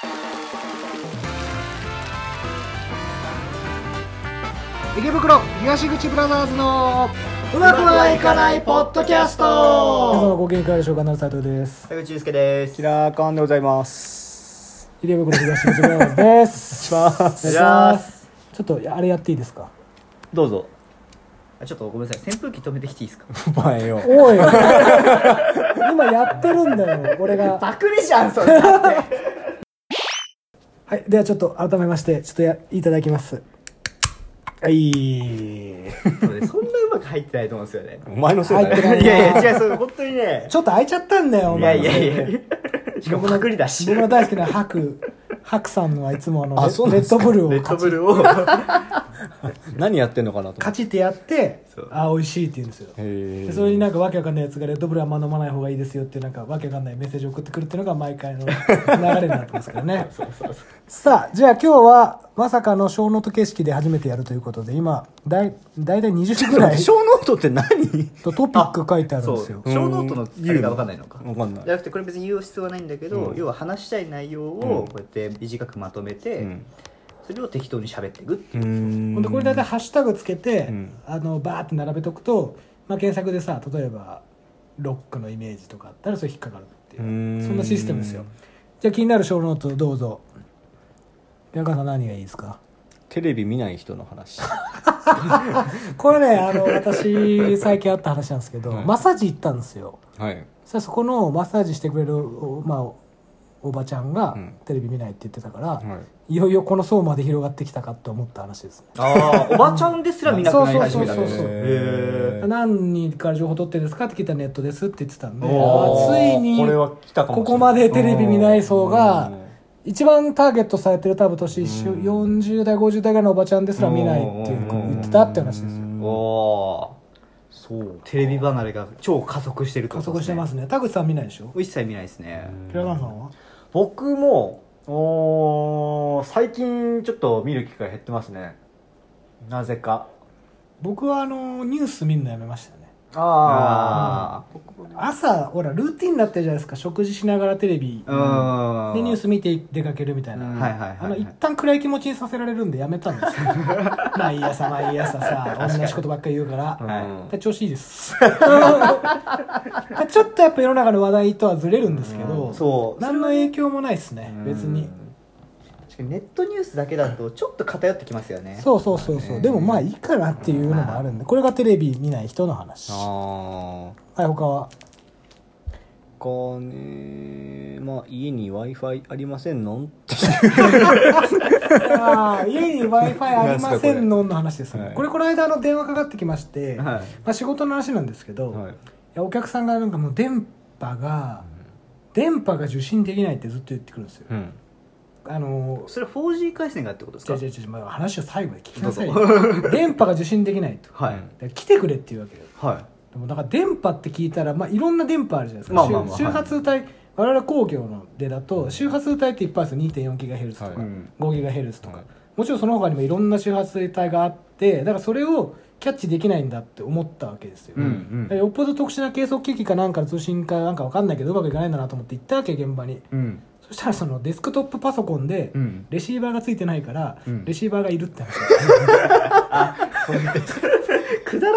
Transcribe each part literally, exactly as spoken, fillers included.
池袋東口ブラザーズのうまくはいかないポッドキャスト。皆様ご機嫌いかがでしょうか。なる斉藤です。 田口祐介です。 キラーカンでございます。 池袋東口ブラザーズです。 お願いします。 お願いします。 ちょっとあれやっていいですか。 どうぞ。 ちょっとごめんなさい、扇風機止めてきていいですか。 お前よ。 おい今やってるんだよ俺が。 パクリじゃんそれだってはい、ではちょっと改めましてちょっとやいただきます。はい。 そうね、そんなうまく入ってないと思うんですよね。 お前のせいだよ。 入ってないいやいや違う、それ本当にね、 ちょっと開いちゃったんだよおいや前のせいで。 いやいやしかもパクリだし、 僕の大好きなハクハクさんのはいつもあのあレそうなんですかレッドブルをレッカチドブルを何やってんのかなと思って。 カチってやってそうあ美味しいって言うんですよ。 へでそれになんかわけわかんないやつがレッドブルはあんま飲まない方がいいですよっていうなんかわけわかんないメッセージを送ってくるっていうのが毎回の流れになってますからね。 そうそうそう、 さあじゃあ今日はまさかの小ノート形式で初めてやるということで今だいだいたいにじゅっぷんぐらい小ノートって何？ とトピック書いてあるんですよ。 そう小ノートのあれが分かんないのかわかんないじゃなくて、これ別に言う必要はないんだけど、 うん要は話したい内容をこうやって短くまとめて、 うんそれを適当に喋っていくっていう、 うーんほんでこれ大体ハッシュタグつけて、 うんあのバーって並べとくと、まあ、検索でさ例えばロックのイメージとかあったらそれ引っかかるっていううーんそんなシステムですよ。じゃあ気になる小ノートどうぞ。山川さん何がいいですか。 テレビ見ない人の話。 これねあの私最近あった話なんですけど、 はいマッサージ行ったんですよ。 はい。 そしたらそこのマッサージしてくれるお,、まあ、おおばちゃんがうんテレビ見ないって言ってたから、 はいいよいよこの層まで広がってきたかと思った話ですね。 ああおばちゃんですら見なくなり始めた。 そうそうそうそうへー何人から情報取ってるんですかって聞いたらネットですって言ってたんで、 おーあついにこれは来たかもしれない。 ここまでテレビ見ない層がうん一番ターゲットされてる多分年よんじゅう代ごじゅう代ぐらいのおばちゃんですら見ないっていう言ってたって話ですよ。 おそうテレビ離れが超加速してるって加ことですね。 速してますね。田口さん見ないでしょ。 一切見ないですね。 平川さんは。 僕もおー最近ちょっと見る機会減ってますね。なぜか。 僕はあのニュース見るのやめましたね。 あ朝ほらルーティンになってるじゃないですか。食事しながらテレビあうんでニュース見て出かけるみたいな、 うんはいはいはいはい、 あの一旦暗い気持ちにさせられるんでやめたんですよ毎朝毎朝さ同じことばっかり言うから、 はいで調子いいですちょっとやっぱ世の中の話題とはずれるんですけど、 そう何の影響もないですね別に。 確かにネットニュースだけだとちょっと偏ってきますよね。 そうそうそうそう、でもまあいいかなっていうのもあるんで、これがテレビ見ない人の話。 あはあ。 い、他は。 他ね、まあ家に Wi-Fi ありませんのってあー家に Wi-Fi ありませんのの話ですね。 はいこれこの間あの電話かかってきまして、 はいまあ、仕事の話なんですけど、 はいいやお客さんがなんかもう電波が、電波が受信できないってずっと言ってくるんですよ。 うんあのそれ フォージー 回線がってことですか。 違う違う違う、まあ、話を最後まで聞きなさいどよ電波が受信できないと、 はいだから来てくれっていうわけよ。 はでもだから電波って聞いたら、まあ、いろんな電波あるじゃないですか、 まあまあまあ周周波数帯、我々工業のでだと周波数帯っていっぱいあるんですよ。 にてんよんギガヘルツ とか、 はいごギガヘルツ とか、 はいもちろんその他にもいろんな周波数帯があってだからそれをキャッチできないんだって思ったわけですよ、 うんうんだからよっぽど特殊な計測機器かなんかの通信かなんか分かんないけどうまくいかないんだなと思って行ったわけ現場に。 うんそしたらそのデスクトップパソコンでうんレシーバーがついてないから、 うんレシーバーがいるって話くだらね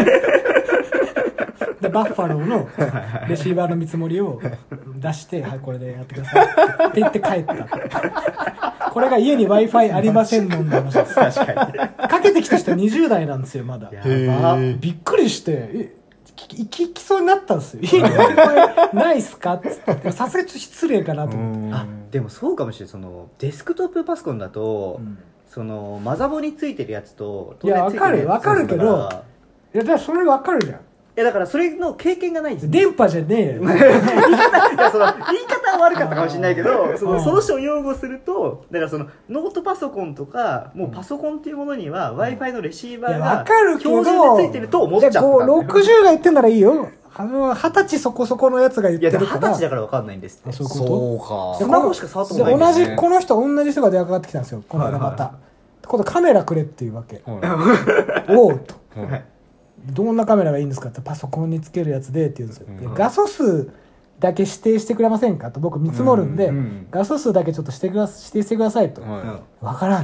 でバッファローのレシーバーの見積もりを出して「はいこれでやってください」って言って帰ったこれが家に Wi-Fi ありませんのんの話です。 確かにかけてきた人はにじゅう代なんですよまだ。 やへばーびっくりしてえきききそうになったんですよ。家に Wi-Fi ないっすかっつってさすがにちょっと失礼かなと思って。 あでもそうかもしれない。そのデスクトップパソコンだと、 うんそのマザボについてるやつといや当然ついてるやつわかるわかるけどそうだからいやだからそれ分かるじゃん。 いやだからそれの経験がないんですよ。 電波じゃねえよ。 いやその言い方は悪かったかもしれないけどそうんのその人を擁護するとだからそのノートパソコンとかもうパソコンっていうものには w i f i のレシーバいやーが分かるけど標準でついてると思っちゃったんだよ。 ろくじゅうが言ってんならいいよ。あの二十歳そこそこのやつが言っいやでも二十てるから。 歳だから分かんないんですって。 あそういうことそうかスマホしか触ったことないんで同ですねじこの人同じ人が電話かかってきたんですよこの間また、 はい今度カメラくれっていうわけ。 はおうといはいどんなカメラがいいんですかってパソコンにつけるやつでって言うんですよ、 うんで画素数だけ指定してくれませんかと僕見積もるんで、 うんうん、 画素数だけちょっとしてくだ指定してくださいと、 は分からんって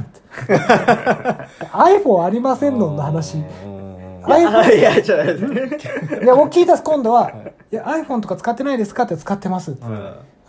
iPhone ありませんのんの話。 いいやいやちょっと待ってで僕聞いたんです今度は、いや iPhone とか使ってないですかって使ってますって、 はい、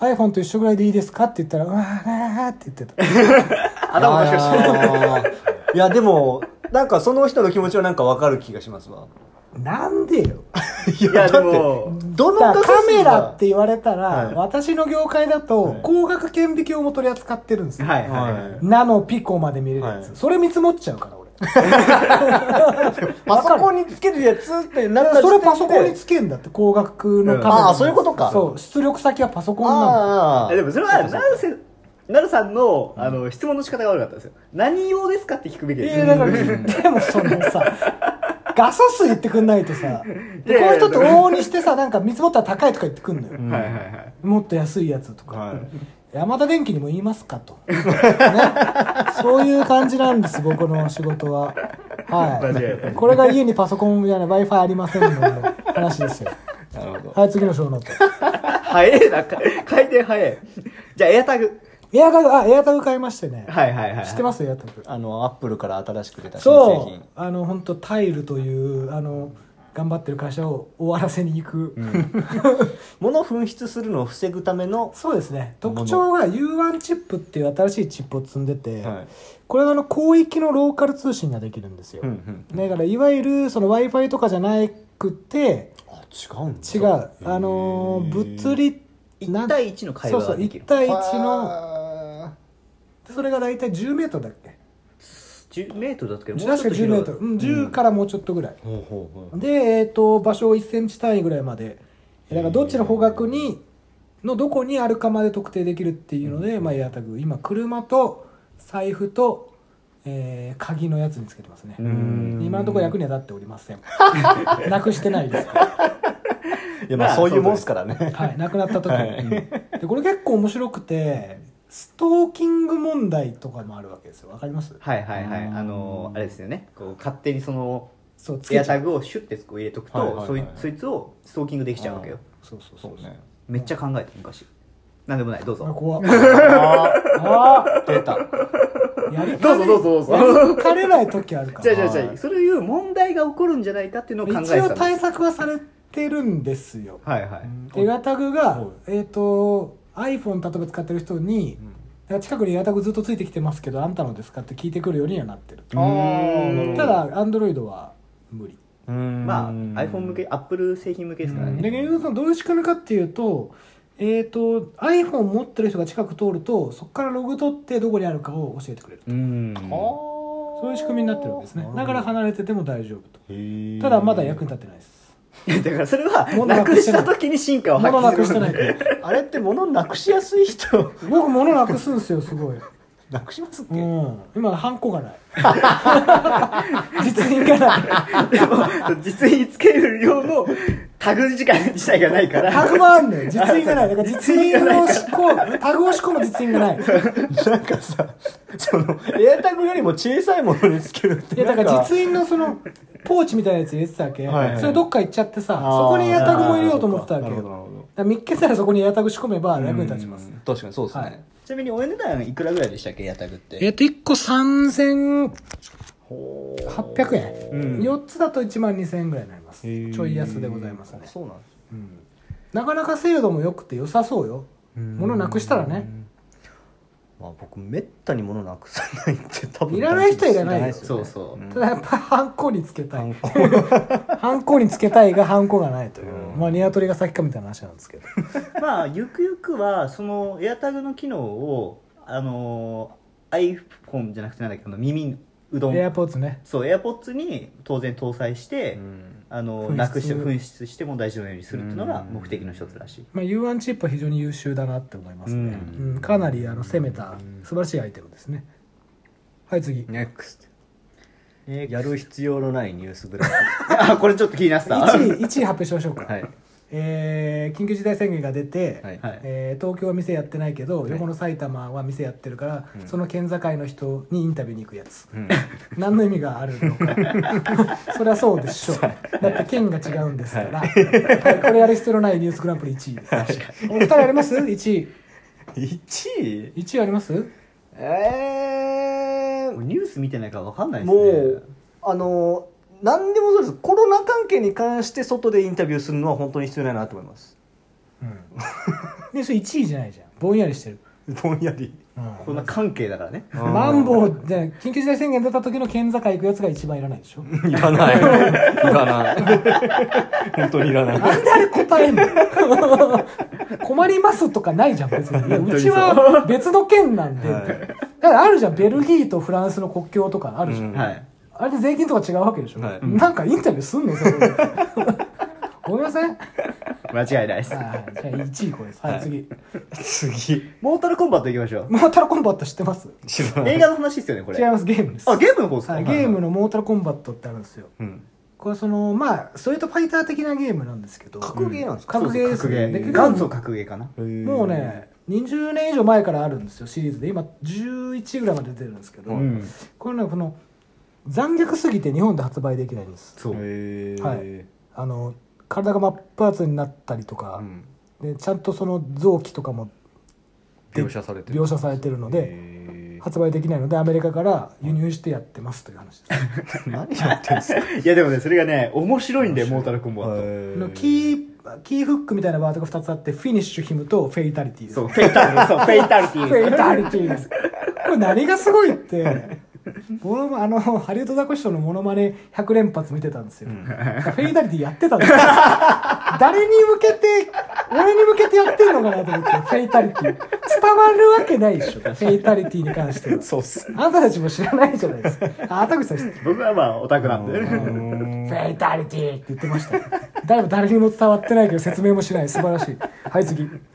iPhone と一緒ぐらいでいいですかって言ったらうわーって言ってた頭おかしくしていやでもなんかその人の気持ちはなんか分かる気がしますわ。 なんでよいいやでもどのだからカメラがって言われたら、 はい私の業界だと、 はい光学顕微鏡も取り扱ってるんですよ、 はいはいはいはいナノピコまで見れるやつ、 はいそれ見積もっちゃうから俺パソコンにつけるやつってなったそれパソコンにつつけんだって光学のカメラ、 うんあーそういうことかそう出力先はパソコンなああえでもそれはなるせなるさんのあの質問の仕方が悪かったですよ。何用ですかって聞くべきの。 ですよ。 いやだからでもそのさ画素数言ってくんないとさ、でこういう人って往々にしてさなんか見積もったら高いとか言ってくんのよ、 うんはいはいはいもっと安いやつとか、 はい山田電機にも言いますかと、ね、そういう感じなんです僕の仕事は。 間違いなはいいこれが家にパソコンじゃない Wi-Fi ありませんのの話ですよ。 なるほど。 はい次の小ノート。 早いなか回転早い。じゃあエアタグ。 エアタグ、あエアタグ買いましてね、 はいはいはい。 知ってます？エアタグ。 あのアップルから新しく出た新製そう品。 あの本当タイルというあの頑張ってる会社を終わらせに行く、 うん、物を紛失するのを防ぐための、 そうですね。特徴が ユーワン チップっていう新しいチップを積んでて、 はい、 これがあの広域のローカル通信ができるんですよ、 うんうん、 だからいわゆるその Wi-Fi とかじゃなくて、 あ違うんだ。 違うあのー物理いち対いちの会話ができる。 そうそういち対いちのはそれが大体じゅうメートルだっけ、 じゅうメートルだったけど確かじゅうメートル、うん、じゅうからもうちょっとぐらい、 ほうほうほうで、えー、と場所をいっセンチ単位ぐらいまでだからどっちの方角にのどこにあるかまで特定できるっていうので、まあ、エアタグ今車と財布と、えー鍵のやつにつけてますね。 うん今のところ役には立っておりませんなくしてないですいやまあそういうもんですからね。 はいなくなった時に、 はいうんでこれ結構面白くてストーキング問題とかもあるわけですよ。わかります？ はいはいはい。 うんあのーあれですよね。こう勝手にそのそうつけちゃうエアタグをシュッてこう入れとくと、 はいはいはいそいそいつをストーキングできちゃうわけよ。 そうそうそうそうね。 めっちゃ考えた昔。なんでもないどうあぞ。 怖っああー出た。 ーやりどうぞどうぞどうぞやりかねない時あるからじゃあじゃあじゃあそういう問題が起こるんじゃないかっていうのを考えて一応たんです。 対策はされてるんですよ。 はいはい。 エアタグがはい、 えっ、と iPhone 例えば使ってる人に、近くにエアタグずっとついてきてますけどあんたのですかって聞いてくるようにはなってる。 あーただ Android は無理。 まあ iPhone 向け Apple 製品向けですからね。 で結局そのどういう仕組みかっていうと、えっ、と iPhone 持ってる人が近く通るとそこからログ取ってどこにあるかを教えてくれる。 うん。 そういう仕組みになってるわけですね。だから離れてても大丈夫と。 へーただまだ役に立ってないです。 だからそれは物なくしなくしてないた時に進化を発物なく揮するしてないから。 あれって物なくしやすい人僕物なくすんですよすごい。 なくしますっけ、 うん、今ハンコがない実印がないでも実印つける用のタグ時間自体がないからタグもあんねん実印がないだから実印の仕込タグを仕込む実印がないなんかさそのエアタグよりも小さいものにつけるっていやだからなん実印のそのポーチみたいなやつ入れてたわけ、 はいはいそれどっか行っちゃってさあーそこにエアタグも入れようと思ってたわけなるよほどなるほどだから見っけたらそこにエアタグ仕込めば役に立ちますうん確かにそうですね、 はいちなみにお値段いくらぐらいでしたっけエアタグってえっといっこさんぜんはほっぴゃくえん、 うんよっつだといちまんにせんえんぐらいになりますへーちょい安でございますね、 そうなんですうん、なかなか精度も良くて良さそうよ物なくしたらね、 まあ僕めったに物なくさないって多分いらない人はいらないよですよねそうそううんただやっぱハンコにつけたいハンコハンコにつけたいがハンコがないという、 うんまあニワトリが先かみたいな話なんですけどまあゆくゆくはそのエアタグの機能をあの iPhone じゃなくてなんだっけあの耳うどんエアポーツねそう AirPods に当然搭載して、 うんあの紛失なくして紛失しても大丈夫なようにするっていうのが目的の一つらしい、 まあ、ユーワン チップは非常に優秀だなって思いますね、 ううんんかなりあの攻めた素晴らしいアイテムですね。はい次 NEXT えーやる必要のないニュースブラウあこれちょっと気になってたいちいいちい発表しましょうか、 はいえー緊急事態宣言が出て、 はいはいえー東京は店やってないけど、 はい横の埼玉は店やってるから、 うんその県境の人にインタビューに行くやつ、 うん何の意味があるのかそりゃそうでしょう。だって県が違うんですから、はいこれやる必要のないニュースグランプリいちいです。お二人あります ?いち 位いちいいちいあります？ えー、 ニュース見てないから分かんないですね。 もうあの何でもそうです。コロナ関係に関して外でインタビューするのは本当に必要ないなと思います。 うんでそれいちいじゃないじゃん、ぼんやりしてる、 ぼんやりこんな関係だからね。 マンボウで緊急事態宣言出た時の県境行くやつが一番いらないでしょ。 いらないいらない本当にいらないなんであれ答えんの困りますとかないじゃん別に。いやうちは別の県なんで、 はいだからあるじゃん、ベルギーとフランスの国境とかあるじゃん、 うんはい。 あれで税金とか違うわけでしょ、 はいなんかインタビューすんのそれ思いません？はい間違いないです。 はいじゃあいちいこれです。はい、 はい次次モータルコンバットいきましょう。 モータルコンバット知ってます？ 知らない映画の話ですよね、これ。 違います、ゲームです。 あ、ゲームの方ですか？ はい、ゲームのモータルコンバットってあるんですよ。 うんこれそのまあストリートファイター的なゲームなんですけど、 格ゲーなんですか？ 格ゲーです格ゲー。 ねで元祖格ゲーかな。 もうねにじゅうねん以上前からあるんですよ、シリーズで。今じゅういちぐらいまで出てるんですけど、 うん。 これねこの残虐すぎて日本で発売できないんです。 そう。 へーはいあの体が真っ二つになったりとか、 うんでちゃんとその臓器とかも描写されてる描写されてるのでへ発売できないのでアメリカから輸入してやってますという話ですー何やってんすかいやでもね、それがね、面白いんだよ、モータルコンバット。 のキーキーフックみたいなワードがふたつあって、フィニッシュヒムとフェイタリティです。 そう、フェイタリティ、そう、フェイタリティフェイタリティです。これ何がすごいってモノマあのハリウッドザコシショウのモノマネひゃく連発見てたんですよ、 うんフェイタリティやってたんですよ誰に向けて俺に向けてやってんのかなと思ってフェイタリティ伝わるわけないでしょ、フェイタリティに関しては。 そうっすあなたたちも知らないじゃないですか。あ、あたぐちさん知ってる。 僕はまあ、オタクなんで。 フェイタリティって言ってました。誰も誰にも伝わってないけど説明もしない。素晴らしい。はい次。ちょ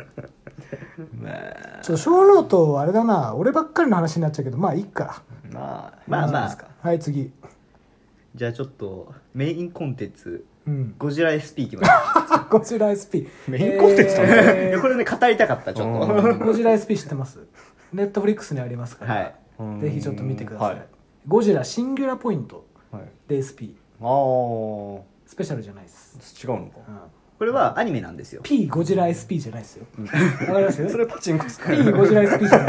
っと小ノートあれだな、俺ばっかりの話になっちゃうけど、まあいいか。 まあまあまあいいんじゃないですかはい次。 じゃあちょっと、メインコンテンツ、 うん。 ゴジラ エスピー いきます。 ゴジラ エスピー。 メインコンテンツなんだいえやこれね、語りたかった、ちょっと。 ーゴジラ エスピー 知ってます？ネットフリックスにありますから、 はいぜひちょっと見てください。 はいゴジラシンギュラポイントはいで エスピー。 あースペシャルじゃないです。 違うのかうんこれはアニメなんですよ。 P ゴジラ エスピー じゃないですよ。わかりますよ。 それパチンコですか P ゴジラ エスピー じゃない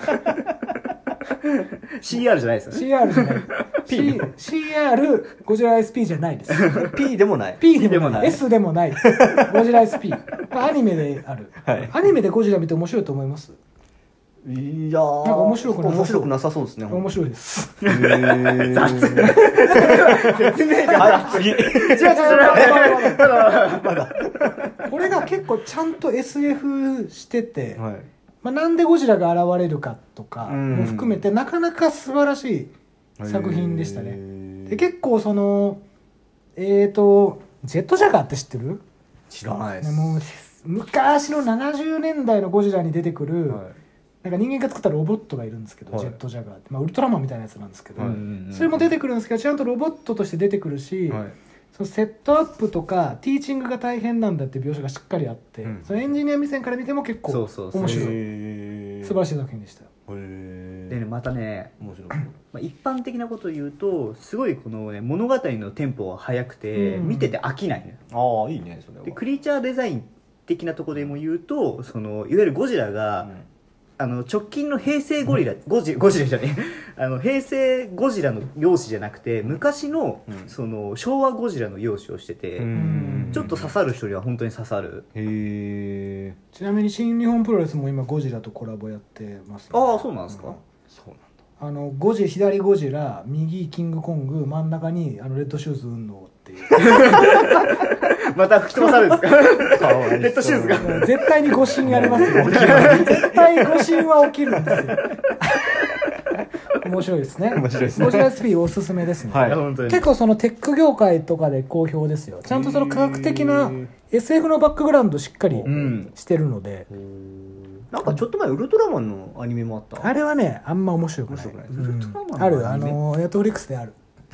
シーアール じゃないですよね。 シーアール じゃない P C- シーアール ゴジラ エスピー じゃないです。 P でもない P でもなでもないい S でもないゴジラ エスピー。これアニメである、 はいアニメでゴジラ見て面白いと思います？ いやーなんか面白くなさそう面白くなさそうですね面白いですへー説明が。 はい次違う違う違う。 まだこれが結構ちゃんと エスエフ してて、 はいまあ、なんでゴジラが現れるかとかうんも含めてなかなか素晴らしい作品でしたね。で結構そのえーとジェットジャガーって知ってる？ 知らないですねもう昔のななじゅうねんだいのゴジラに出てくる、 はいなんか人間が作ったロボットがいるんですけど、 はいジェットジャガーって、まあ、ウルトラマンみたいなやつなんですけど、 はいそれも出てくるんですけどちゃんとロボットとして出てくるし、 はいそのセットアップとかティーチングが大変なんだって描写がしっかりあって、 うんそのエンジニア目線から見ても結構そうそうそう面白いへー素晴らしい作品でしたよ。 へでね、またね、 面白いまあ、一般的なことを言うと、すごいこの、ね、物語のテンポが速くて、 うん見てて飽きないのよ。 ああいいねそれはでクリーチャーデザイン的なところでも言うと、そのいわゆるゴジラが、 うんあの直近の平成ゴリラ、ゴジゴジラじゃねえあの平成ゴジラの容姿じゃなくて昔の,、 うんその昭和ゴジラの容姿をしてて、 うんちょっと刺さる人には本当に刺さる。 へえちなみに新日本プロレスも今ゴジラとコラボやってます、ね、 ああそうなんですか、 そうなんだあのゴジ左ゴジラ右キングコング真ん中にあのレッドシューズ運動っていうまた吹き飛ばされるんですかかわいそうレッドシューズが絶対に誤審やりますよ絶対誤審は起きるんですよ面白いですね面白いですねゴジラ エスピー おすすめですね、 はい本当に結構そのテック業界とかで好評ですよ。ちゃんとその科学的な エスエフ のバックグラウンドしっかりうんしてるので、 なんかちょっと前ウルトラマンのアニメもあったあれはねあんま面白くない。 面白くないうんウルトラマンのあるあアニメのネットフリックスである。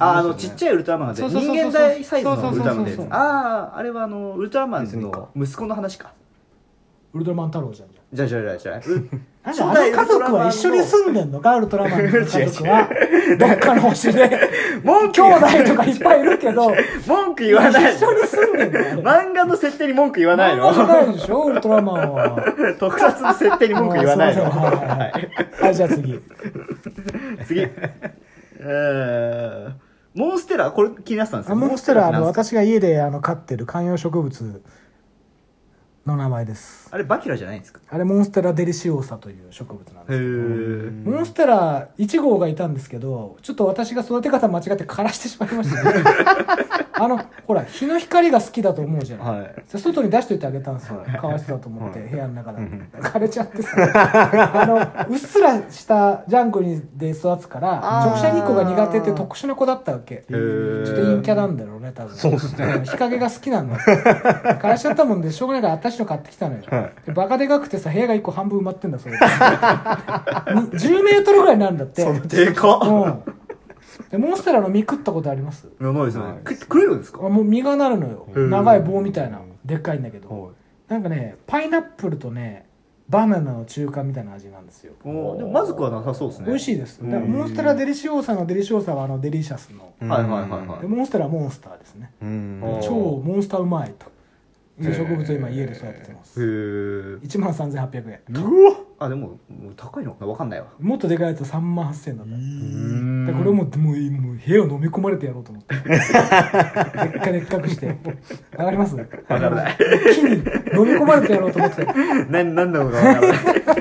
ああのちっちゃいウルトラマンが出てそうそうそうそう人間大サイズのそうそうそうそうウルトラマンであああれはあのウルトラマンの息子の話かウルトラマン太郎じゃんじゃんじゃあじゃあじゃあじゃあなんであの家族は一緒に住んでんのかウルトラマンの家族はどっかの星で文句兄弟とかいっぱいいるけど文句言わない一緒に住んでんのあれ漫画の設定に文句言わないの漫画じゃないでしょウルトラマンは特撮の設定に文句言わないのあすいませんはいはいはいはいじゃあ次次えーモンステラこれ気になってたんですよあモンステラあのモンステラって私が家であの飼ってる観葉植物の名前ですあれバキュラじゃないんですかあれモンステラデリシオーサという植物なんですけどへモンステラいち号がいたんですけどちょっと私が育て方間違って枯らしてしまいましたねあのほら日の光が好きだと思うじゃない、 はいで外に出しといてあげたんですよ、 はいかわいそうだと思って、 はい部屋の中で枯れちゃってさあのうっすらしたジャングルで育つからあー直射日光が苦手って特殊な子だったわけちょーっと陰キャなんだろうね多分そうですねん日陰が好きなんだ枯らしちゃったもんでしょうがないから私の買ってきたのよ、 はいでバカでかくてさ部屋がいっこ半分埋まってんだそれでじゅうメートルぐらいになるんだってでかっうんでモンステラの実食ったことありますやばいですねはいく食えるんですかあもう実がなるのようん長い棒みたいなでっかいんだけどはいなんかねパイナップルとねバナナの中間みたいな味なんですよおーでもまずくはなさそうですね美味しいですだからうんモンステラデリシオーサのデリシオーサはあのデリシャスのはいはいはいはいでモンステラはモンスターですねうんおー超モンスターうまいという植物を今家で育ててますへえいちまんさんぜんはっぴゃくえんうわあでももう高いのかなわかんないわもっとでかいやつはさんまんはっせんえんだったうんでこれももうもうもう部屋を飲み込まれてやろうと思ってでっかでっかくしてわかりますわからない木に飲み込まれてやろうと思って何何なのかわからない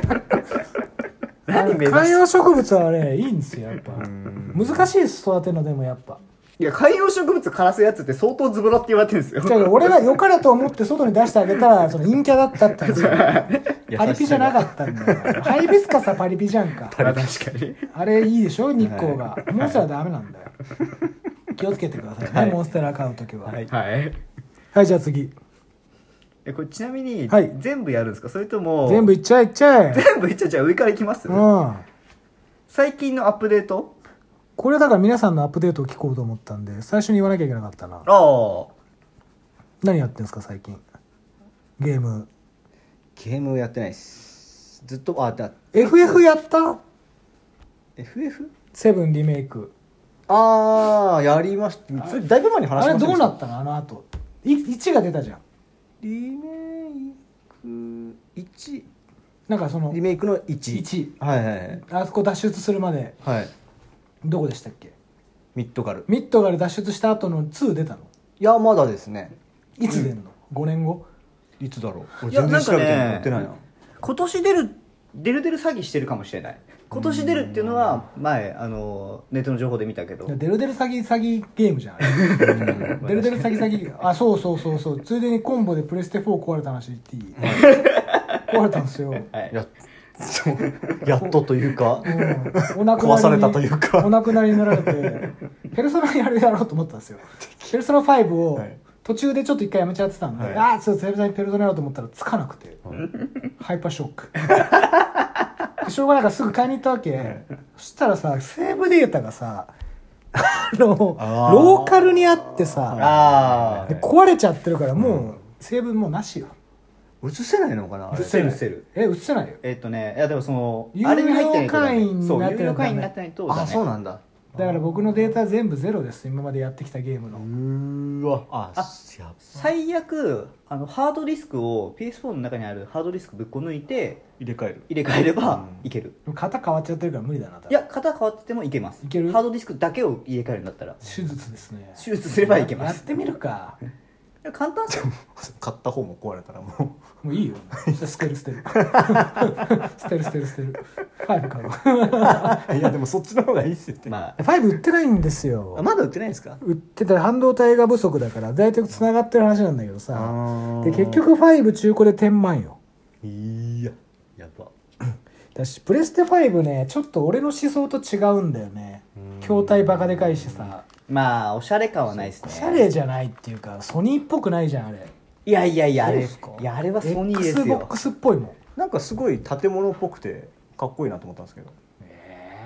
何目指観し葉植物はねいいんですよやっぱん難しいです育てるのでもやっぱいや観葉植物枯らすやつって相当ズボラって言われてるんですよ違う俺が良かれと思って外に出してあげたらその陰キャだったって話パリピじゃなかったんだよハイビスカスはパリピじゃんかまあ確かにあれいいでしょ日光がモンステラはダメなんだよ気をつけてくださいね、 はいモンステラ買うときははいはいはいじゃあ次えこれちなみにはい全部やるんですかそれとも全部いっちゃえいっちゃえ全部いっちゃうじゃあ上からいきますうん最近のアップデートこれだから皆さんのアップデートを聞こうと思ったんで最初に言わなきゃいけなかったなああ何やってんすか最近ゲームゲームやってないですずっとあだエフエフ やったエフエフセブンリメイクああやりましたそれだいぶ前に話あれしましたどうなったのあの後いいちが出たじゃんリメイクいちなんかそのリメイクのいちいちはいはいはいあそこ脱出するまではいどこでしたっけミッドガルミッドガル脱出した後のツー出たのいやまだですねいつ出んの、ごねんごいつだろう俺いや全然調べてなんかね載ってないな今年出る出る出る詐欺してるかもしれない今年出るっていうのは前あのネットの情報で見たけどデルデル詐欺詐欺ゲームじゃんあれデルデル詐欺詐欺あそうそうそうそうついでにコンボでプレステフォー壊れた話言っていい壊れたんですよ、 はいやそうやっとというかうん、お亡くなりに壊されたというかお亡くなりになられてペルソナやるやろうと思ったんですよペルソナファイブをはい途中でちょっと一回やめちゃってたんで、 はいああそう久々にペルソナやろうと思ったらつかなくて、ハイパーショックでしょうがないからすぐ買いに行ったわけ、そしたらさセーブデータがさあのあーローカルにあってさあで壊れちゃってるからもう、セーブもうなしよ映せないのかなあれあせるせるえ映せないよえっとねいやでもその有料あれに入ってないとダメ会員にそうなってないとダメ有料会員になってないとダメあそうなんだだから僕のデータ全部ゼロです今までやってきたゲームの、 うーわああやっ最悪あのハードディスクを ピーエスフォー の中にあるハードディスクぶっこ抜いて入れ替える入れ替えればうんいける、 型変わっちゃってるから無理だな多分いや型変わっててもいけますいけるハードディスクだけを入れ替えるんだったら手術ですね手術すればいけますやってみるかいや簡単っすよ買った方も壊れたらももういいよ捨てる捨てる捨てる捨てる捨てるファイブ買おうういやでもそっちの方がいいっすよってまファイブ売ってないんですよあまだ売ってないんですか売ってたら半導体が不足だから大体つながってる話なんだけどさあで結局ファイブ中古で天満よいややばだしプレステファイブねちょっと俺の思想と違うんだよね筐体バカでかいしさまあおしゃれ感はないですねおしゃれじゃないっていうかソニーっぽくないじゃんあれいやいやいやあれそうっすかいやあれはソニーですよエックスボックスっぽいもんなんかすごい建物っぽくてかっこいいなと思ったんですけどえ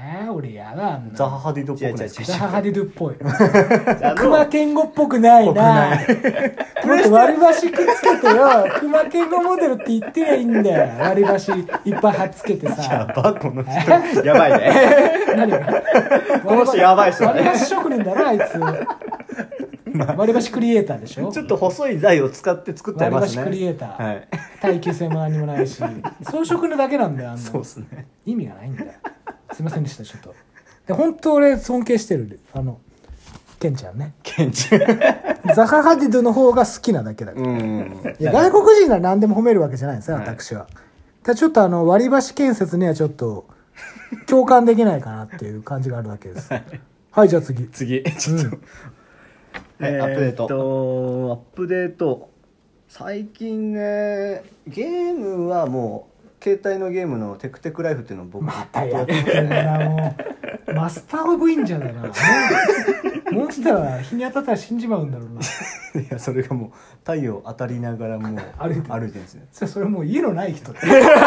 えー、俺やだあんなザハハディドっぽくないですか？ ザハハディドゥっぽいあクマケンゴっぽくないなもっと割り箸くっつけてよクマケンゴモデルって言ってりゃいいんだよ割り箸いっぱいはっつけてやさばこの人。 やばいね何がこの人やばいっすよね割り箸職人だなあいつ割り箸クリエイターでしょちょっと細い台を使って作ってありますね。 割り箸クリエイター、 はい。 耐久性も何もないし装飾のだけなんだよあんなそうですね。 意味がないんだよすいませんでしたちょっとで本当俺尊敬してるあのケンちゃんねケンチ。 ザハ・ハディドの方が好きなだけだから、 うん。 いや外国人なら何でも褒めるわけじゃないんですよ、 はい私はただちょっとあの割り箸建設にはちょっと共感できないかなっていう感じがあるだけですはい、じゃあ次次、ちょっと。 うんはいアップデートえーっアップデート。最近ね、ゲームはもう、携帯のゲームのテクテクライフっていうのを僕、 またやってるなもうマスター・オブ・インジャーだなもうモンスターは日に当たったら死んじまうんだろうないや、それがもう、太陽当たりながらもう、 歩いてる歩いてるんですね。 それもう家のない人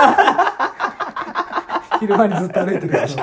昼間にずっと歩いてる人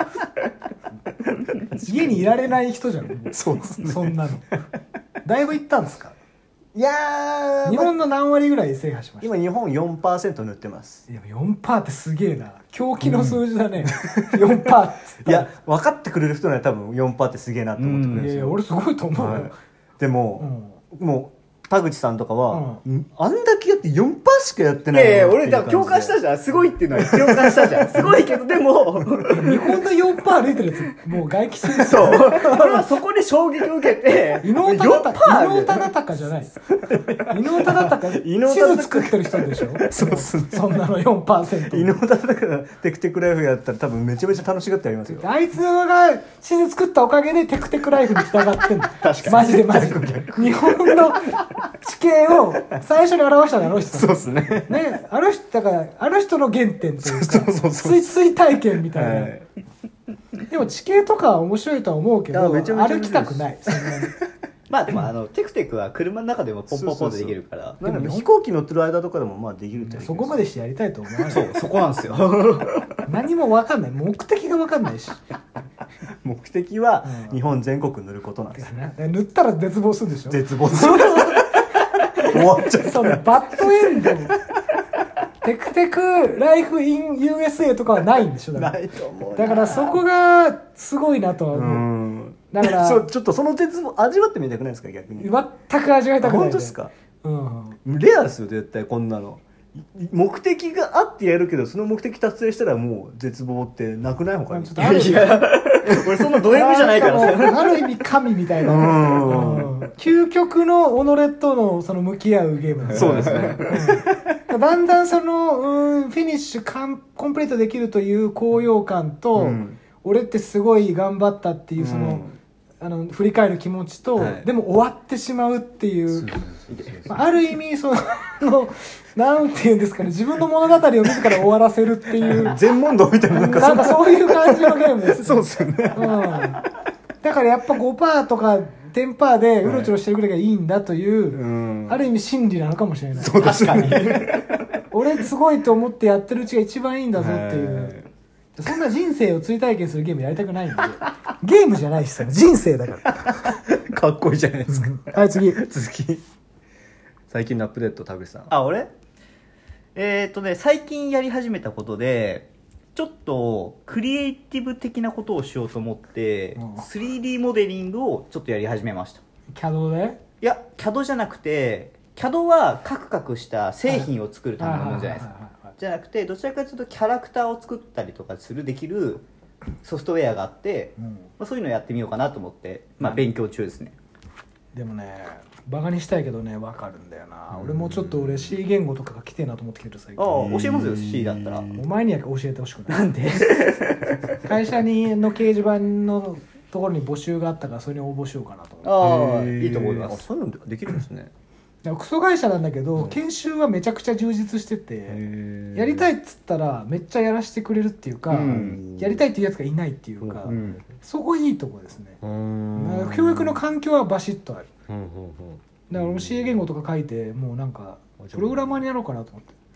家にいられない人じゃんもうそうですね。 そんなのだいぶ行ったんですかいやー、 日本の何割ぐらい制覇しました今日本 よんパーセント 塗ってます。 いや よんパーセント ってすげえな狂気の数字だね、うん、よんパーセント っつったらいや、分かってくれる人なら多分 よんパーセント ってすげえなと思ってくれるんですよ。 いやいや俺すごいと思うよ、 はい、でも、もう田口さんとかは、 うあんだけやって よんパーセント しかやってないいやいや俺だだから共感したじゃんすごいっていうのは共感したじゃんすごいけどでもうん日本の よんパーセント 歩いてるやつもう外気してるそう俺はそこで衝撃を受けて伊能忠よんパー敬伊能忠敬じゃない伊能忠敬伊能地忠敬図作ってる人でしょそうっすねそんなの よんパーセント伊能忠敬がテクテクライフやったら多分めちゃめちゃ楽しがってやりますよ。 あいつが地図作ったおかげでテクテクライフに繋がってんの確かにマジでマジで日本の地形を最初に表したのあの人そうですね。 ねあの人だからあの人の原点というかそうそうそうそう追追体験みたいな、 はい。 でも地形とかは面白いとは思うけどいやめちゃめちゃ歩きたくないそんなにまあでもあのテクテクは車の中でもポンポンポンでできるからなんか飛行機乗ってる間とかでもまあできるってそこまでしてやりたいと思わないそうそこなんですよ何も分かんない目的が分かんないし目的はうん日本全国塗ることなんですよ。 塗ったら絶望するんでしょ絶望する。終わっちゃった。 そうねバッドエンドテクテクライフイン ユーエスエー とかはないんでしょだからないと思うな。 だからそこがすごいなとはう思う、 ん。 だからそうちょっとその絶望味わってみたくないですか逆に。 全く味わいたくない、ね、 本当ですか。 うんレアですよ絶対こんなの。目的があってやるけどその目的達成したらもう絶望ってなくないほかに。 ちょっとあるいや俺そんなド M じゃないからなんさもうある意味神みたいな、 うんうん究極の己とのその向き合うゲームなんそうですね。 うんだんだんそのうんフィニッシュカンコンプリートできるという高揚感と、 うん俺ってすごい頑張ったっていうその、 うんあの振り返る気持ちと、 はいでも終わってしまうっていうまあある意味そのなんていうんですかね自分の物語を自ら終わらせるっていう全問答みたいななんかなんかそういう感じのゲームです、ね、 そうですよね。 うん、だからやっぱ ごパーセント とか じゅっパーセント でうろちょろしてるぐらいがいいんだという、 うんある意味真理なのかもしれないそうですね。 俺すごいと思ってやってるうちが一番いいんだぞっていう、 はいそんな人生を追体験するゲームやりたくないんでゲームじゃないしさ人生だからかっこいいじゃないですか。 はい次続き。最近のアップデート田口さん。 あ俺えーっとね最近やり始めたことでちょっとクリエイティブ的なことをしようと思ってうんスリーディー モデリングをちょっとやり始めました。 キャドでいや キャド じゃなくて キャド はカクカクした製品を作るためのものじゃないですか。じゃなくてどちらかというとキャラクターを作ったりとかするできるソフトウェアがあって、 うんまあ、そういうのをやってみようかなと思って、まあ、勉強中ですね。 でもねバカにしたいけどね分かるんだよな、俺もちょっと俺 C 言語とかが来てえなと思ってきてる最ああ近教えますよ C だったら。 お前には教えてほしくないなんで会社にの掲示板のところに募集があったからそれに応募しようかなと思ってああへーいいと思います。 あそういうのできるんですね。 だからクソ会社なんだけど、研修はめちゃくちゃ充実しててやりたい。 いっつったらめっちゃやらせてくれるっていうか、 うんやりたいっていうやつがいないっていうか、 うんそこいいとこですね、 うだんから教育の環境はバシッとあるうんうんうんだから俺も C 言語とか書いてもうなんかプログラマーになろうかなと思って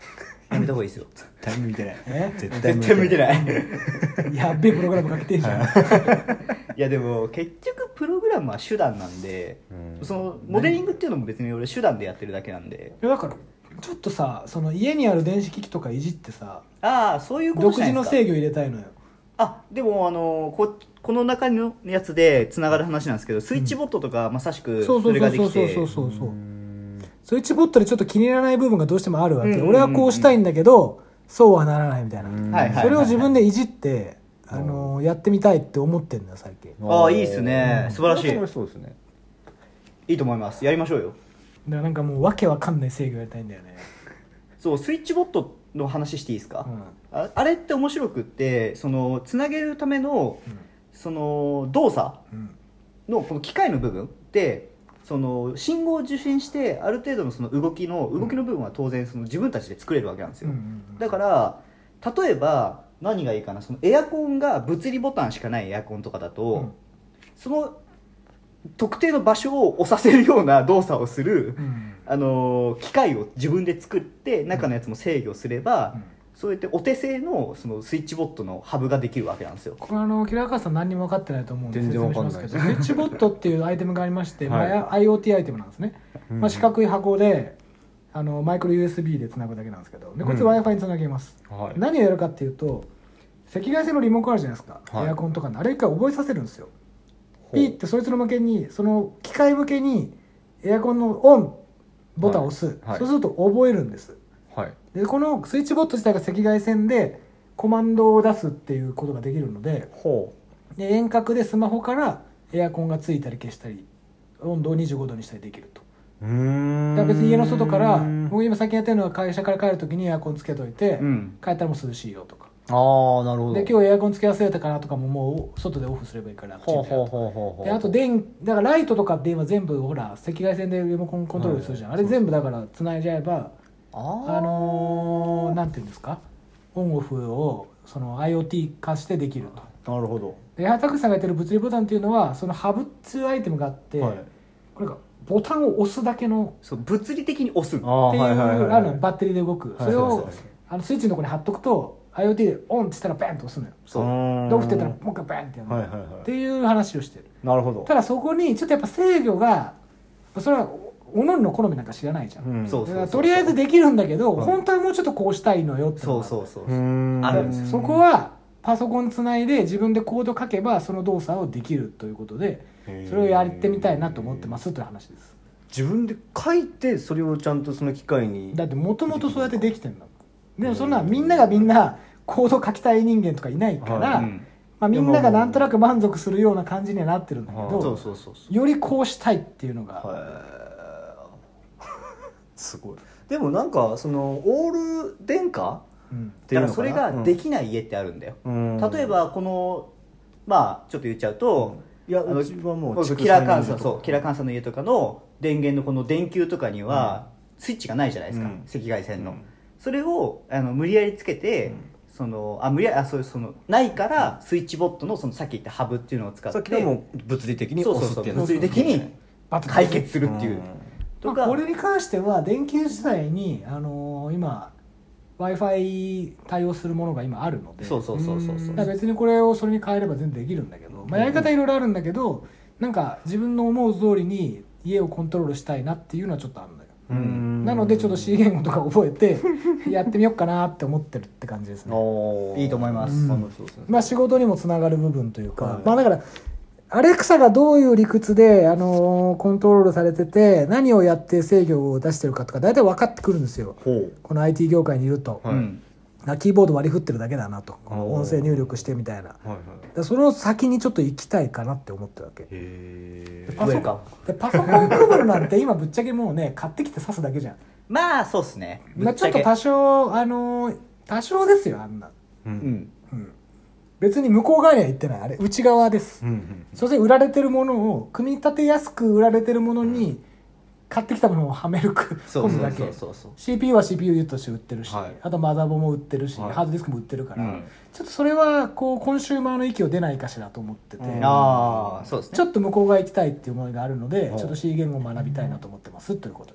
やめた方がいいですよ。 絶対向いてないえ絶絶対向いてないやっべえプログラムかけてんじゃんいやでも結局プログラムは手段なんで、 うんそのモデリングっていうのも別に俺手段でやってるだけなんで。 いやだからちょっとさその家にある電子機器とかいじってさああそういうこと独じゃないですか。 自の制御入れたいのよ。 あでもあのここの中のやつでつながる話なんですけど、スイッチボットとかまさしくそうそうそれができて、 そうそうそうそうそうスイッチボットでちょっと気に入らない部分がどうしてもあるわけ、 うんうんうんうん俺はこうしたいんだけどそうはならないみたいな、 うんはいはいはいそれを自分でいじって、あのーやってみたいって思ってんだよ最近。 ああいいですね、 うん素晴らしい。 楽しそうですね。 いいと思います。やりましょうよ。 だからなんかもうわけわかんない制御やりたいんだよね。 そうスイッチボットの話していいですか、 うんああれって面白くってそのつなげるためのその動作うんのこの機械の部分ってその信号を受信してある程度のその動きの動きの部分は当然その自分たちで作れるわけなんですよ、 うんうんうんだから例えば何がいいかな、そのエアコンが物理ボタンしかないエアコンとかだと、 うんその特定の場所を押させるような動作をする、 うんあの機械を自分で作って中のやつも制御すれば、 うんそうやってお手製のそのスイッチボットのハブができるわけなんですよ。 これあのキラーカーさん何にも分かってないと思うんで全然説明しわかんないますけどスイッチボットっていうアイテムがありまして、 はいまあ、IoT アイテムなんですね、 うんまあ、四角い箱であのマイクロ ユーエスビー でつなぐだけなんですけどでこいつうん Wi-Fi につなげます、 はい何をやるかっていうと赤外線のリモコンあるじゃないですか、 はいエアコンとかのあれ一回覚えさせるんですよ。 ほうピーってそいつの向けにその機械向けにエアコンのオンボタンを押す、 はいはいそうすると覚えるんです。 はいでこのスイッチボット自体が赤外線でコマンドを出すっていうことができるのでほで遠隔でスマホからエアコンがついたり消したり温度をにじゅうごどにしたりできると。 ううーんだから別に家の外からあ僕今最近やってるのは会社から帰るときにエアコンつけといて、 うん帰ったらもう涼しいよとかあーなるほどで今日エアコンつけ忘れたからとかももう外でオフすればいいからほうほうほうほうほうであと電だからライトとかって今全部ほら赤外線でリモコンコントロールするじゃん、 はいあれ全部だからつないじゃえばあーあのー、なんていうんですかオンオフをその IoT 化してできると。 なるほどでタクさんが言ってる物理ボタンっていうのはそのハブっていうアイテムがあって、 はいこれがボタンを押すだけのそう物理的に押すあーっていう、 はいはいはいはいあるのバッテリーで動く、 はいそれを、 はいはいあのスイッチのところに貼っとくと IoT でオンってしたらバンと押すのよ。 そうでオフって言ったらもう一回バンってやるの、 はいはいはいっていう話をしてる。 なるほどただそこにちょっとやっぱ制御がそれはおのおのの好みなんか知らないじゃん、 うんそうだからとりあえずできるんだけど、 はい本当はもうちょっとこうしたいのよってのがあるそうそうそううーんあるんですよそこはパソコンつないで自分でコード書けばその動作をできるということでへーそれをやってみたいなと思ってますという話です。 自分で書いてそれをちゃんとその機械にだってもともとそうやってできてんだもん。でもそんなみんながみんなコード書きたい人間とかいないから、 はいうんまあ、みんながなんとなく満足するような感じにはなってるんだけはいど、 そうそうそうそうよりこうしたいっていうのが、 はいすごいでもなんかそのオール電化うんっていうのかなだからそれができない家ってあるんだよ、 うん例えばこのまあちょっと言っちゃうと、 いやあのうちはもう僕キラーカンさんそうキラーカンさんの家とかの電源のこの電球とかにはスイッチがないじゃないですか、 うん赤外線の、 うんそれをあの無理やりつけて、 うんそのあ無理やりあそういうそのないからスイッチボットのそのさっき言ったハブっていうのを使ってさっきのもう物理的に押すっていうのそうそうそう物理的にバツ解決するっていう、 うんとか、 まあ、これに関しては電球自体に、あのー今 w i f i 対応するものが今あるのでそうそうそうそうそうだから別にこれをそれに変えれば全然できるんだけど、まあ、やり方いろいろあるんだけどなんか自分の思う通りに家をコントロールしたいなっていうのはちょっとあるんだよ。 うんなのでちょっと C 言語とか覚えてやってみようかなって思ってるって感じですね。 おーいいと思いますうん楽しそうですねまあ仕事にもつながる部分というか、 はいまあだからアレクサがどういう理屈で、あのーコントロールされてて何をやって制御を出してるかとか大体分かってくるんですよほうこの アイティー 業界にいると、 はいうんあキーボード割り振ってるだけだなとこの音声入力してみたいなだかはいはいらその先にちょっと行きたいかなって思ってるわけへパソ上かでパソコンクブルなんて今ぶっちゃけもうね買ってきて挿すだけじゃん、 まあそうっすねまあ、ちょっと多少あのー多少ですよあんな、 ううんんうん、別に向こう側には行ってないあれ内側です、 うんうんそして売られてるものを組み立てやすく売られてるものに買ってきたものをはめるそうそう込むだけそうそうそうシーピーユー は シーピーユー として売ってるし、 はいあとマザーボも売ってるし、 はいハードディスクも売ってるから、 うんちょっとそれはこうコンシューマーの域を出ないかしらと思ってて、 うんああそうですねちょっと向こう側行きたいっていう思いがあるので、 うんちょっと C 言語を学びたいなと思ってますということです。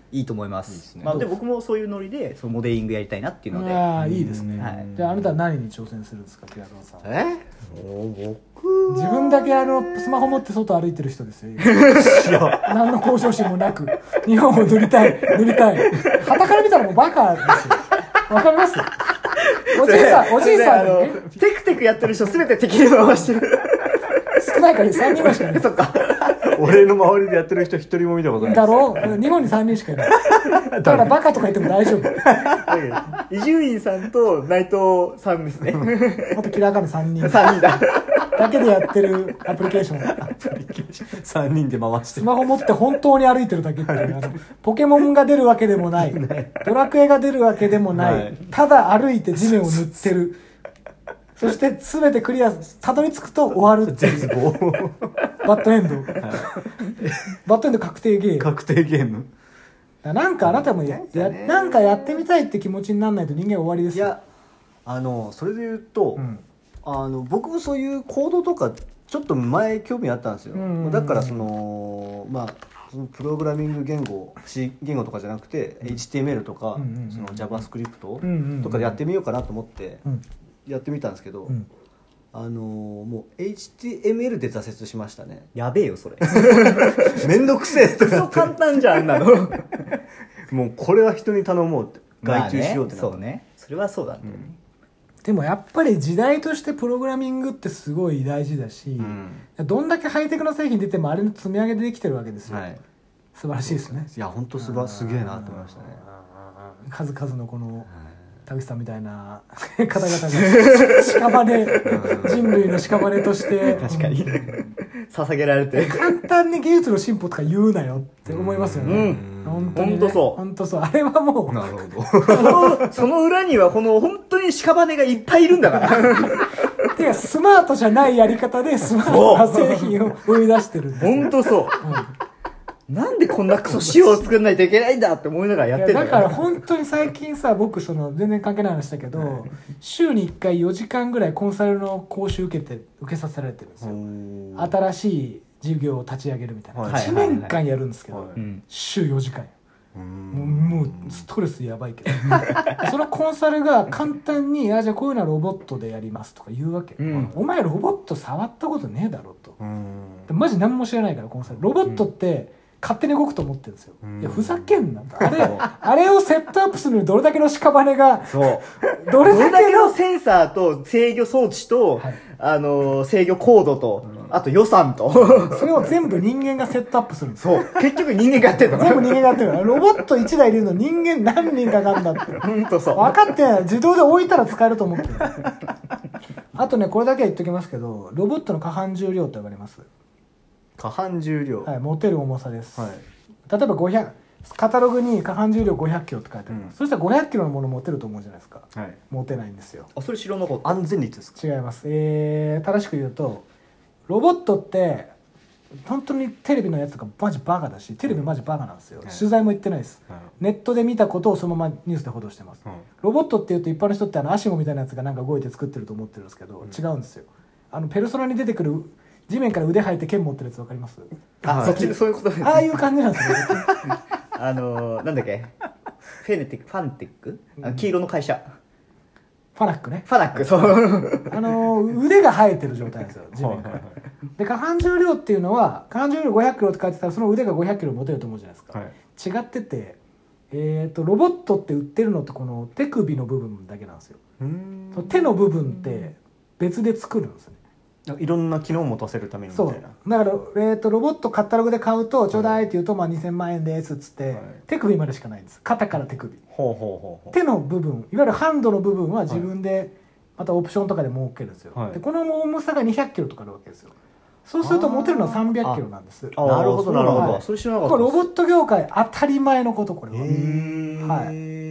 いいと思いまいいですねすまあ、で僕もそういうノリでそのモデリングやりたいなっていうので、 ああいいですね、 はいじゃああなたは何に挑戦するんですか、キラドンさん。 えもう僕は自分だけあのスマホ持って外歩いてる人ですよ何の交渉心もなく日本を塗りたい塗りたい傍から見たらもうバカですよ。わかります？おじいさんおじいさんあのえテクテクやってる人すべて敵に回してる少ないからさんにんぐらいしかいないそっか俺の周りでやってる人一人も見たことないだろう日本にさんにんしかいないだからバカとか言っても大丈夫伊集院さんと内藤さんですねあとキラーカメさんにんさんにんだだけでやってるアプリケーションさんにんで回してスマホ持って本当に歩いてるだけっていうあのポケモンが出るわけでもないドラクエが出るわけでもない、 はい、 ただ歩いて地面を塗ってるそして全てクリアたどり着くと終わるっていうバッドエンド、はい、バッドエンド確定ゲーム確定ゲームなんかあなたも や, やなんかやってみたいって気持ちにならないと人間は終わりですよ。 いやあのそれで言うと、うん、あの僕もそういうコードとかちょっと前興味あったんですよ、うんうんうん、だからそのまあそのプログラミング言語 C 言語とかじゃなくて、うん、エイチティーエムエル とか、うんうんうん、その JavaScript とかでやってみようかなと思ってやってみたんですけど、うん、あのもう エイチティーエムエル で挫折しましたね。 やべえよそれめんどくせえってそう簡単じゃんあんなのもうこれは人に頼もうって外注しようってなった、 まあね、そうねそれはそうだね、うんでもやっぱり時代としてプログラミングってすごい大事だし、うん、どんだけハイテクな製品出てもあれの積み上げでできてるわけですよ、はい、素晴らしいですね。 いや本当すばすげえなと思いましたね。 数々のこの田口さんみたいな方々が屍人類の屍として確かに捧げられて簡単に技術の進歩とか言うなよって思いますよね、うん、本当に、ね、 本当そう本当そうあれはもうなるほどその、その裏にはこの本当に屍がいっぱいいるんだからてかスマートじゃないやり方でスマートな製品を生み出してるんですよ。 本当そう、うん、なんでこんなクソ仕様を作んないといけないんだって思いながらやってるんだだから本当に最近さ僕その全然関係ない話だけど週にいっかいよじかんぐらいコンサルの講習受けて受けさせられてるんですよ。新しい事業を立ち上げるみたいな、はい、いちねんかんやるんですけど、はいはいはい、週よじかんもう、もうストレスやばいけどそのコンサルが簡単にあじゃあこういうのはロボットでやりますとか言うわけ、うん、お前ロボット触ったことねえだろと、マジ何も知らないからコンサルロボットって勝手に動くと思ってるんですよ。いやふざけんなあれあれをセットアップするのにどれだけの屍がそうどれだけのセンサーと制御装置と、はい、あの制御コードと、うん、あと予算とそれを全部人間がセットアップするんですよ。そう結局人間がやってるの全部人間がやってるロボットいちだいいるの人間何人かかんだって本当そう分かってない自動で置いたら使えると思ってるあとねこれだけは言っときますけどロボットの過半重量と呼ばれます。 過半重量はい持てる重さです、はい、例えばごひゃくカタログに過半重量ごひゃっキロって書いてある、うん、そしたらごひゃっキロのもの持てると思うじゃないですか、はい、持てないんですよ。 あそれ知らなかった。 安全率ですか。 違います、えー、正しく言うとロボットって本当にテレビのやつがマジバカだしテレビマジバカなんですよ、はい、取材も言ってないです、はい、ネットで見たことをそのままニュースで報道してます、はい、ロボットっていうと一般の人ってあのアシモみたいなやつがなんか動いて作ってると思ってるんですけど、うん、違うんですよ。あのペルソナに出てくる地面から腕生えて剣持ってるやつ分かります？ あ、そっちそういうことです、ね、 ああいう感じなんですよあのー、なんだっけフェネティックファンティックあの黄色の会社ファナックねファナックそうあのー、腕が生えてる状態なんですよ地面からで過半重量っていうのは過半重量ごひゃっキロって書いてたらその腕がごひゃっキロ持てると思うじゃないですか、はい、違ってて、えー、とロボットって売ってるのってこの手首の部分だけなんですよ。うーん手の部分って別で作るんですよね。 いろんな機能を持たせるためにみたいな。 そうだから、えー、とロボットカタログで買うとちょうだいって言うと、まあ、にせんまんえんですっつって、はい、手首までしかないんです。肩から手首ほうほうほうほう手の部分いわゆるハンドの部分は自分でまたオプションとかで設けるんですよ、はい、でこの重さがにひゃっキロとかあるわけですよ。そうすると持てるのはさんびゃっキロなんです。 なるほどなるほど、はい、 それ知らなかった。 これロボット業界当たり前のことこれは、はい、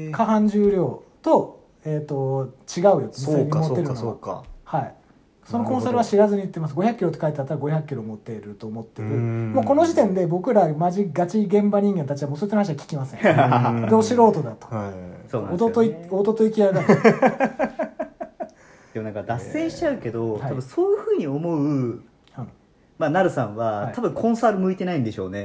過半重量と、えー、と違うよ実際に持てるのは。そうかそうかそうか、はい、そのコンサルは知らずに言ってます。ごひゃっキロって書いてあったらごひゃっキロ持っていると思ってる。もうこの時点で僕らマジガチ現場人間たちはもうそういった話は聞きませんど素人だと、はい、おとといおとといきやがるでもなんか脱線しちゃうけど、えー、多分そういうふうに思う、はい、まあ、なるさんは、はい、多分コンサル向いてないんでしょうね。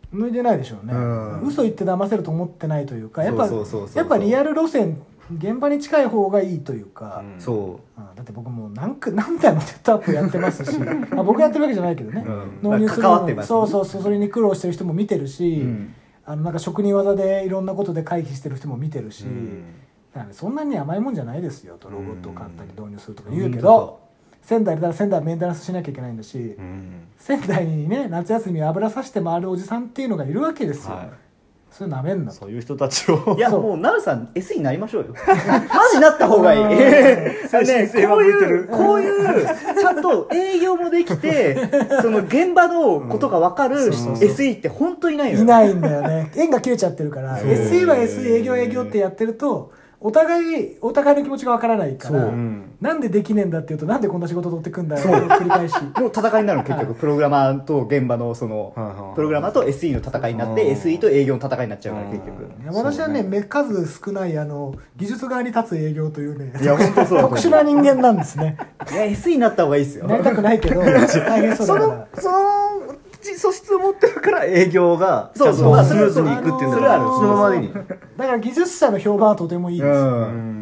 向いてないでしょうね、うん、嘘言って騙せると思ってないというかやっぱやっぱリアル路線現場に近い方がいいというか、 うん、そう、 うん、だって僕も何何回もセットアップやってますしまあ僕やってるわけじゃないけどね、うん、納入するの、まあ、そうそうそうそれに苦労してる人も見てるし、うん、あのなんか職人技でいろんなことで回避してる人も見てるし、うん、だからね、そんなに甘いもんじゃないですよとロボットを簡単に導入するとか言うけど、うん、仙台だら仙台はメンテナンスしなきゃいけないんだし、うん、仙台にね夏休み油さして回るおじさんっていうのがいるわけですよ、はい、それなめんなとそういう人たちをいやもうなるさん エスイー になりましょうよマジなった方がいいね、こういうこういうちゃんと営業もできてその現場のことが分かる エスイー って本当にないよ、 いないんだよね縁が切れちゃってるから エスイー は エスイー 営業営業ってやってるとお互いお互いの気持ちがわからないから、うん、なんでできねえんだっていうとなんでこんな仕事取ってくんだよ繰り返しの戦いになるの結局プログラマーと現場のそのプログラマーと エスイー の戦いになって エスイー と営業の戦いになっちゃうから結局私はね目数少ないあの技術側に立つ営業というねいや本当そう特殊な人間なんですねいや エスイー になった方がいいですよなりたくないけど大変そうだからその素質を持ってるから営業がちゃんとスムーズにいくっていうんだからそのままでにだから技術者の評判はとてもいいですよ、うん、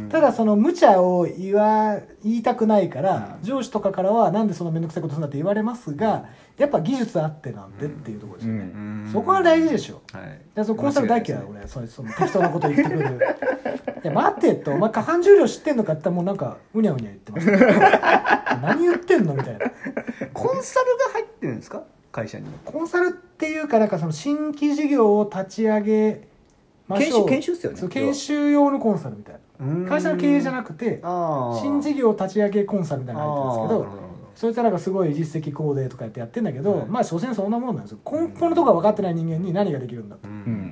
ただその無茶を言わ言いたくないから、うん、上司とかからはなんでその面倒くさいことするんだって言われますがやっぱ技術あってなんでっていうところですよね、うん、そこは大事でしょ、はい、でそのコンサル大嫌い俺それその適当なこと言ってくるいや待てとお前過半重量知ってんのかって言ったらもうなんかうにゃうにゃ言ってます何言ってんのみたいなコンサルが入ってるんですか会社にコンサルっていうかなんかその新規事業を立ち上げましょう研修研修っすよねそう研修用のコンサルみたいな会社の経営じゃなくて新事業立ち上げコンサルみたいなの入ってるんですけどそいつはなんかすごい実績コーデとかやってやってんだけど、はい、まあ所詮そんなもんなんですよ根本のところが分かってない人間に何ができるんだと、うん、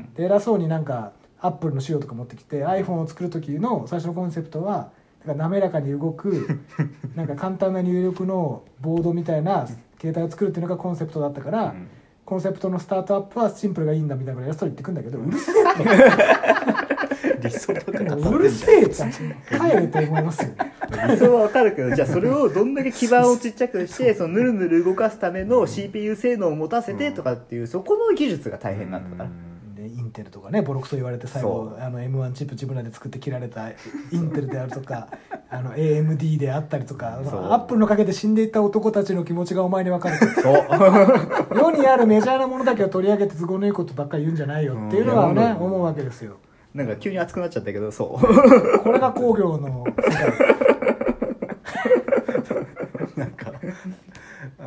で偉そうになんかアップルの資料とか持ってきて iPhone を作る時の最初のコンセプトはなんか滑らかに動くなんか簡単な入力のボードみたいな携帯を作るっていうのがコンセプトだったから、うん、コンセプトのスタートアップはシンプルがいいんだみたいなことやつと言ってくんだけどうるせえって理想とかうるせえって帰れと思いますよ理想はわかるけどじゃあそれをどんだけ基盤をちっちゃくしてそのぬるぬる動かすための シーピーユー 性能を持たせてとかっていうそこの技術が大変なんだから、 でインテルとかねボロクソ言われて最後あの エムワン チップ自分らで作って切られたインテルであるとかあの エーエムディー であったりとかアップルの陰で死んでいった男たちの気持ちがお前に分かるそう世にあるメジャーなものだけを取り上げて都合のいいことばっかり言うんじゃないよっていうのはね思うわけですよ。 なんか急に熱くなっちゃったけどそうこれが工業の世界なんか、うん、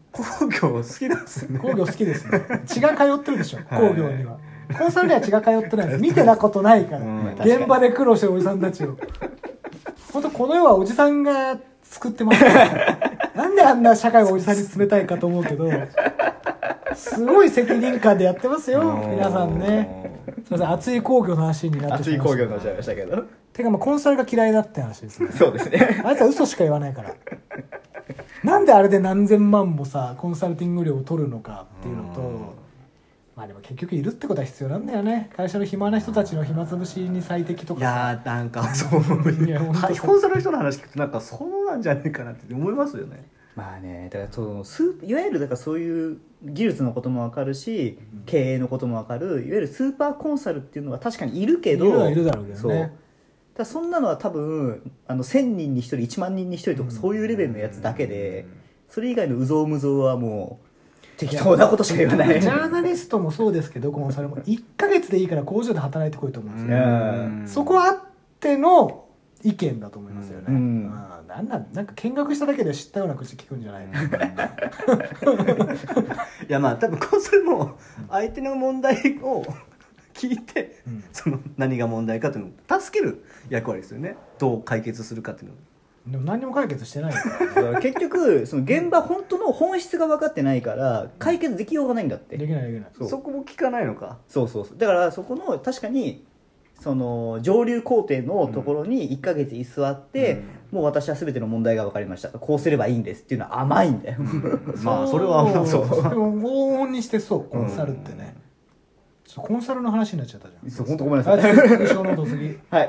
工業好きなんですね工業好きですね血が通ってるでしょ工業にはコンサルには血が通ってないです見てたことないから、うん、現場で苦労してるおじさんたちを本当この世はおじさんが作ってますからなんであんな社会はおじさんに冷たいかと思うけどすごい責任感でやってますよ皆さんね。すみません熱い工業の話になってしまいました。 熱い工業の話になりましたけどてかまあコンサルが嫌いだって話ですね。 そうですねあいつは嘘しか言わないからなんであれで何千万もさコンサルティング料を取るのかっていうのとまあでも結局いるってことは必要なんだよね。会社の暇な人たちの暇つぶしに最適とかさ。 いやーなんかそういやコンサルの人の話聞くとなんかそうなんじゃないかなって思いますよね。 まあねだからそのスいわゆるだからそういう技術のことも分かるし、うん、経営のことも分かるいわゆるスーパーコンサルっていうのは確かにいるけどいるはいるだろうけどね。 だそんなのは多分あのせんにんにひとりいちまんにんにひとりとかそういうレベルのやつだけで、うん、それ以外のうぞうむぞうはもう適当なことしか言わない。 ジャーナリストもそうですけどコンサルもいっかげつでいいから工場で働いてこいと思うんですよ、うん、そこはあっての意見だと思いますよね、うん、あなんなんなんか見学しただけで知ったような口聞くんじゃないのいやまあ多分コンサルも相手の問題を聞いて、うん、その何が問題かというのを助ける役割ですよね。どう解決するかっていうのでも何も解決してないから結局その現場本当の本質が分かってないから解決できようがないんだって。 できないできない。 そ, そこも聞かないのか。 そうそうそうだからそこの確かにその上流工程のところにいっかげつ居座って、うん、もう私は全ての問題が分かりましたこうすればいいんですっていうのは甘いんだよまあそれは甘そうでも往々にしてそうコンサルってね、うん、コンサルの話になっちゃったじゃん。 そう本当ごめんなさいはい、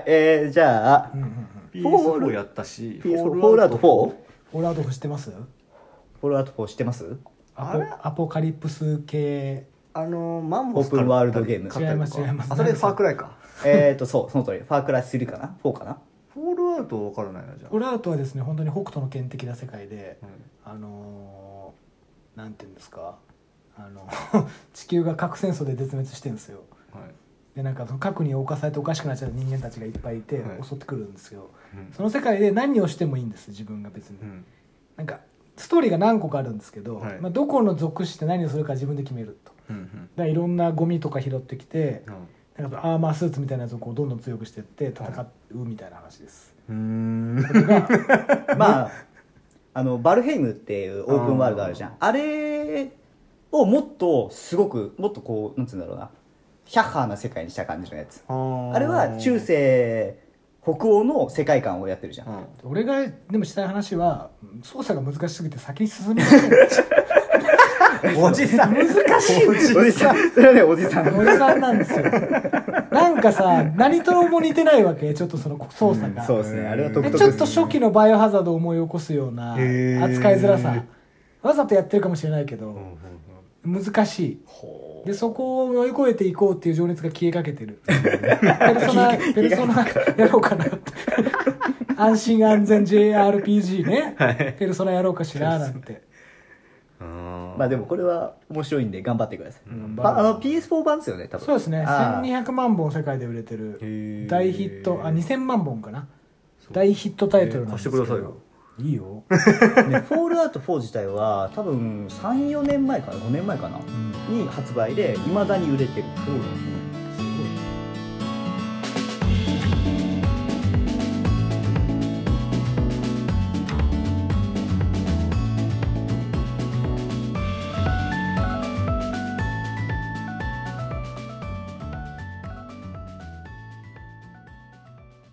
えー、じゃあ、うんうんうん、 ピーエスフォー やったしフォールアウト フォー? フォールアウトフォー知ってます？ フォールアウトフォー知ってます？ アポ、アポカリプス系あのマンモスオープンワールドゲーム買ったりとか違います違いますあそれファークライかえっとそうその通りファークライスリーかなフォーかなフォールアウト分からないなじゃフォールアウトはですね本当に北斗の拳的な世界で、 あ、 あのー、なんていうんですかあの地球が核戦争で絶滅してるんですよ。 はいはいでなんかその核に侵されておかしくなっちゃう人間たちがいっぱいいて、 はい襲ってくるんですよ。 うんその世界で何をしてもいいんです自分が別に、 うんなんかストーリーが何個かあるんですけど、 はいまあ、どこの属して何をするか自分で決めると。 うんうんだからいろんなゴミとか拾ってきて、 うんなんかアーマースーツみたいなやつをこうどんどん強くしていって戦うみたいな話です。 うーんこれがまああのバルヘイムっていうオープンワールドあるじゃんあれをもっとすごくもっとこうなんつうんだろうなヒャッハーな世界にした感じのやつあれは中世北欧の世界観をやってるじゃん、 うん俺がでもしたい話は操作が難しすぎて先に進めないおじさん難しいおじさんそれはねおじさんおじさんなんですよ。なんかさ何とも似てないわけちょっとその操作が、 そうですねあれは独で特ちょっと初期のバイオハザードを思い起こすようなへー扱いづらさわざとやってるかもしれないけど、 うんうん難しいほでそこを乗り越えていこうっていう情熱が消えかけてるペルソナペルソナやろうかなって安心安全 ジェイアールピージー ね、 はいペルソナやろうかしらなんてうんまあでもこれは面白いんで頑張ってください、 んまあ、あの ピーエスフォー 版ですよね多分そうですねあーせんにひゃくまんぼん世界で売れてるへー大ヒットあにせんまんぼんかな大ヒットタイトルなんですけど、 えー貸してくださいよいいよ、 ね、フォールアウトフォー自体は多分さんよねんまえかなごねんまえかな、に発売でいまだに売れてる、